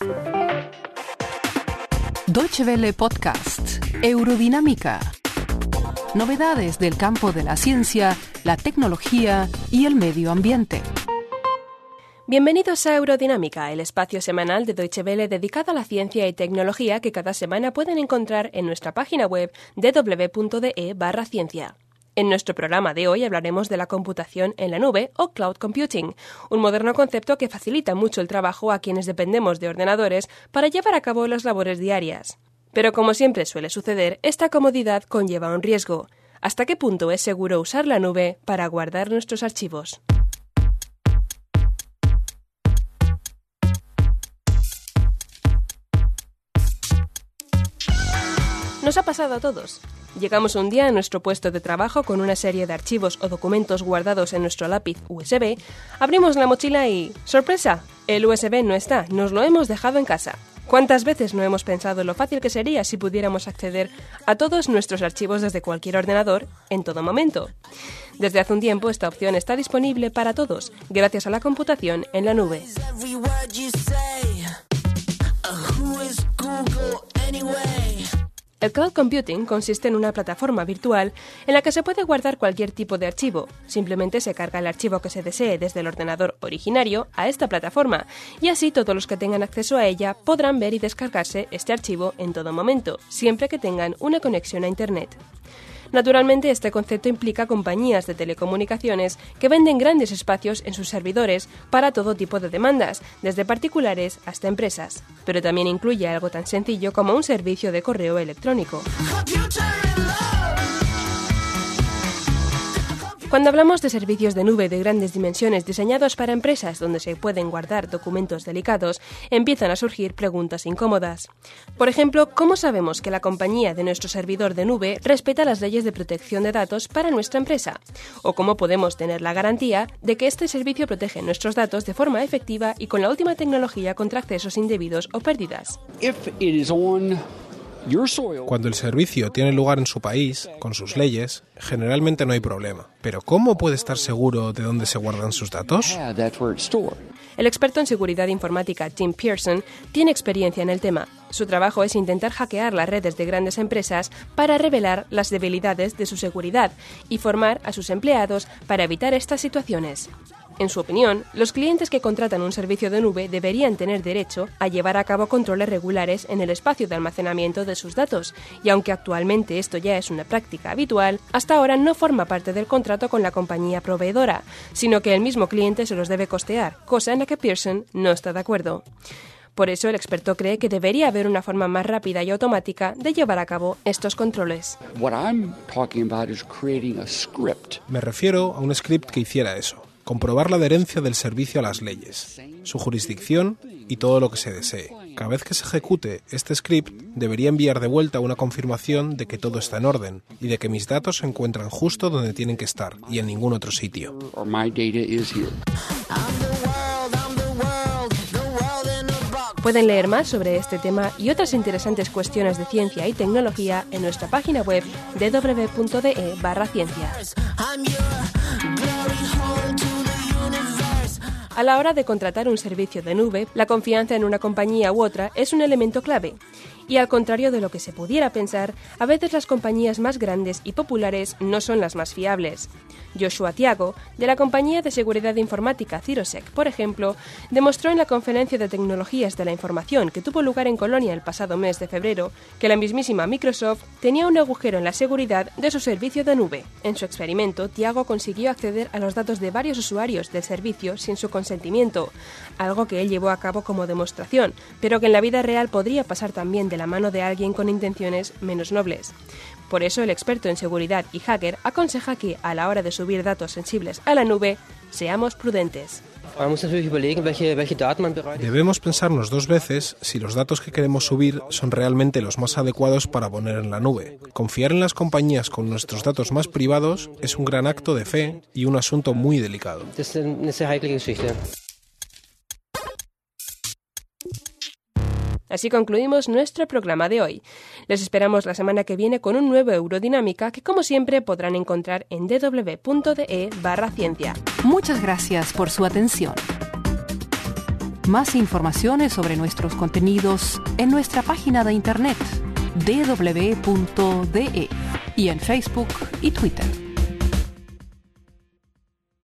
Deutsche Welle Podcast, Eurodinámica. Novedades del campo de la ciencia, la tecnología y el medio ambiente. Bienvenidos a Eurodinámica, el espacio semanal de Deutsche Welle dedicado a la ciencia y tecnología que cada semana pueden encontrar en nuestra página web www.de/ciencia. En nuestro programa de hoy hablaremos de la computación en la nube o cloud computing, un moderno concepto que facilita mucho el trabajo a quienes dependemos de ordenadores para llevar a cabo las labores diarias. Pero como siempre suele suceder, esta comodidad conlleva un riesgo. ¿Hasta qué punto es seguro usar la nube para guardar nuestros archivos? Nos ha pasado a todos. Llegamos un día a nuestro puesto de trabajo con una serie de archivos o documentos guardados en nuestro lápiz USB, abrimos la mochila y ¡sorpresa! El USB no está, nos lo hemos dejado en casa. ¿Cuántas veces no hemos pensado lo fácil que sería si pudiéramos acceder a todos nuestros archivos desde cualquier ordenador, en todo momento? Desde hace un tiempo esta opción está disponible para todos, gracias a la computación en la nube. El cloud computing consiste en una plataforma virtual en la que se puede guardar cualquier tipo de archivo. Simplemente se carga el archivo que se desee desde el ordenador originario a esta plataforma y así todos los que tengan acceso a ella podrán ver y descargarse este archivo en todo momento, siempre que tengan una conexión a Internet. Naturalmente, este concepto implica compañías de telecomunicaciones que venden grandes espacios en sus servidores para todo tipo de demandas, desde particulares hasta empresas. Pero también incluye algo tan sencillo como un servicio de correo electrónico. Cuando hablamos de servicios de nube de grandes dimensiones diseñados para empresas donde se pueden guardar documentos delicados, empiezan a surgir preguntas incómodas. Por ejemplo, ¿cómo sabemos que la compañía de nuestro servidor de nube respeta las leyes de protección de datos para nuestra empresa? ¿O cómo podemos tener la garantía de que este servicio protege nuestros datos de forma efectiva y con la última tecnología contra accesos indebidos o pérdidas? Cuando el servicio tiene lugar en su país, con sus leyes, generalmente no hay problema. Pero ¿cómo puede estar seguro de dónde se guardan sus datos? El experto en seguridad informática Tim Pearson tiene experiencia en el tema. Su trabajo es intentar hackear las redes de grandes empresas para revelar las debilidades de su seguridad y formar a sus empleados para evitar estas situaciones. En su opinión, los clientes que contratan un servicio de nube deberían tener derecho a llevar a cabo controles regulares en el espacio de almacenamiento de sus datos, y aunque actualmente esto ya es una práctica habitual, hasta ahora no forma parte del contrato con la compañía proveedora, sino que el mismo cliente se los debe costear, cosa en la que Pearson no está de acuerdo. Por eso, el experto cree que debería haber una forma más rápida y automática de llevar a cabo estos controles. Me refiero a un script que hiciera eso. Comprobar la adherencia del servicio a las leyes, su jurisdicción y todo lo que se desee. Cada vez que se ejecute este script, debería enviar de vuelta una confirmación de que todo está en orden y de que mis datos se encuentran justo donde tienen que estar y en ningún otro sitio. Pueden leer más sobre este tema y otras interesantes cuestiones de ciencia y tecnología en nuestra página web www.de/ciencia. A la hora de contratar un servicio de nube, la confianza en una compañía u otra es un elemento clave. Y al contrario de lo que se pudiera pensar, a veces las compañías más grandes y populares no son las más fiables. Joshua Tiago, de la compañía de seguridad informática Cirosec, por ejemplo, demostró en la conferencia de tecnologías de la información que tuvo lugar en Colonia el pasado mes de febrero que la mismísima Microsoft tenía un agujero en la seguridad de su servicio de nube. En su experimento, Tiago consiguió acceder a los datos de varios usuarios del servicio sin su consentimiento, algo que él llevó a cabo como demostración, pero que en la vida real podría pasar también de la mano de alguien con intenciones menos nobles. Por eso, el experto en seguridad y hacker aconseja que, a la hora de subir datos sensibles a la nube, seamos prudentes. Debemos pensarnos dos veces si los datos que queremos subir son realmente los más adecuados para poner en la nube. Confiar en las compañías con nuestros datos más privados es un gran acto de fe y un asunto muy delicado. Así concluimos nuestro programa de hoy. Les esperamos la semana que viene con un nuevo Eurodinámica que, como siempre, podrán encontrar en www.de/ciencia. Muchas gracias por su atención. Más informaciones sobre nuestros contenidos en nuestra página de internet www.de y en Facebook y Twitter.